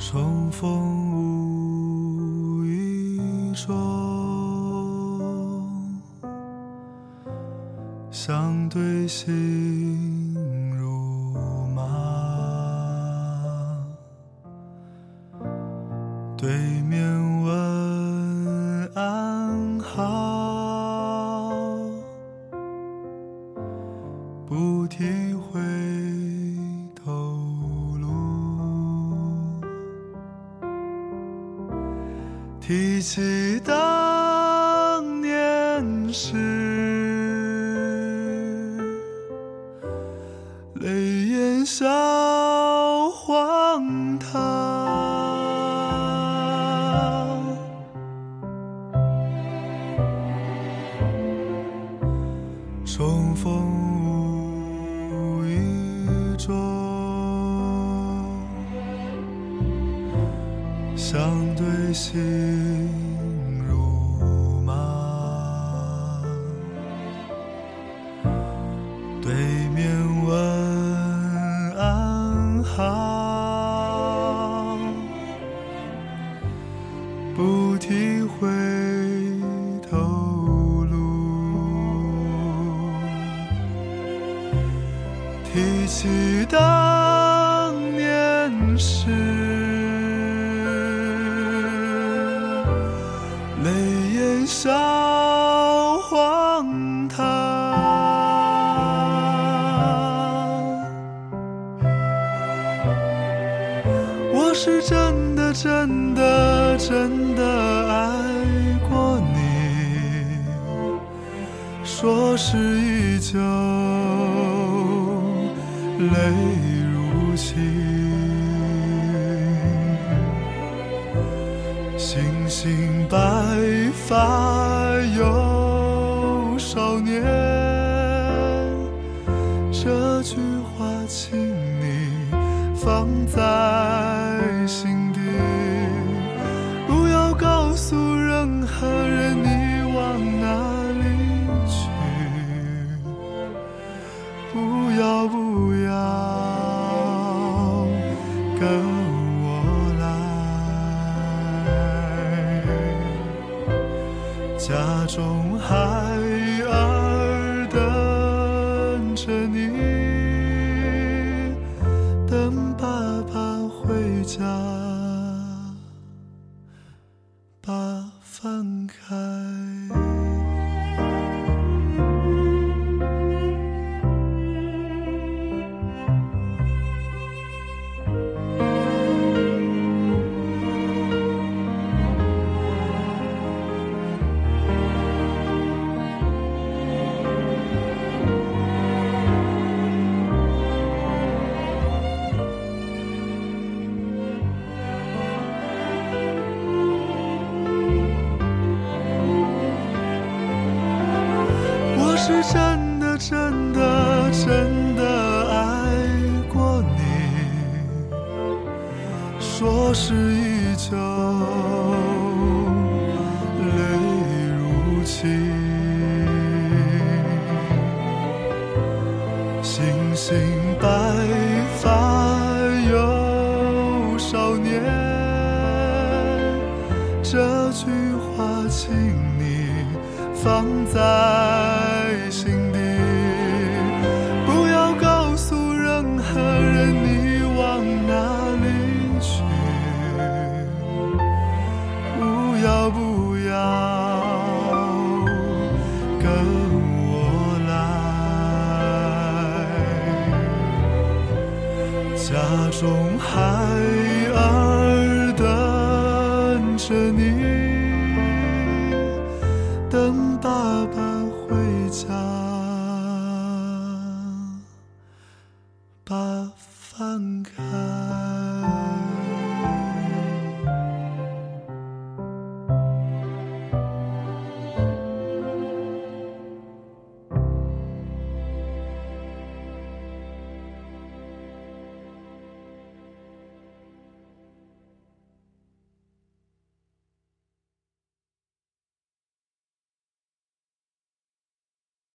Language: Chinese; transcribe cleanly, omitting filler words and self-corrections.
重逢无意中，相对心如麻，对面问安好，不体回头路，提起当年事，泪眼笑荒唐，重逢无意中，相对心如麻，对面问安好，不体回头路，提起当年事，泪眼笑荒唐，我是真的真的真的爱过你，说是依旧，泪如倾，星星白发有少年，这句话请你放在心底，不要告诉任何人你往哪里去，不要跟我来，家中孩儿等着你，等爸爸回家，把饭开。是真的真的真的爱过你，说是依旧，泪如倾，星星白发有少年，这句话请你放在心底，不要告诉任何人你往哪里去，不要跟我来，家中孩儿等着你，等爸爸回家，把饭开。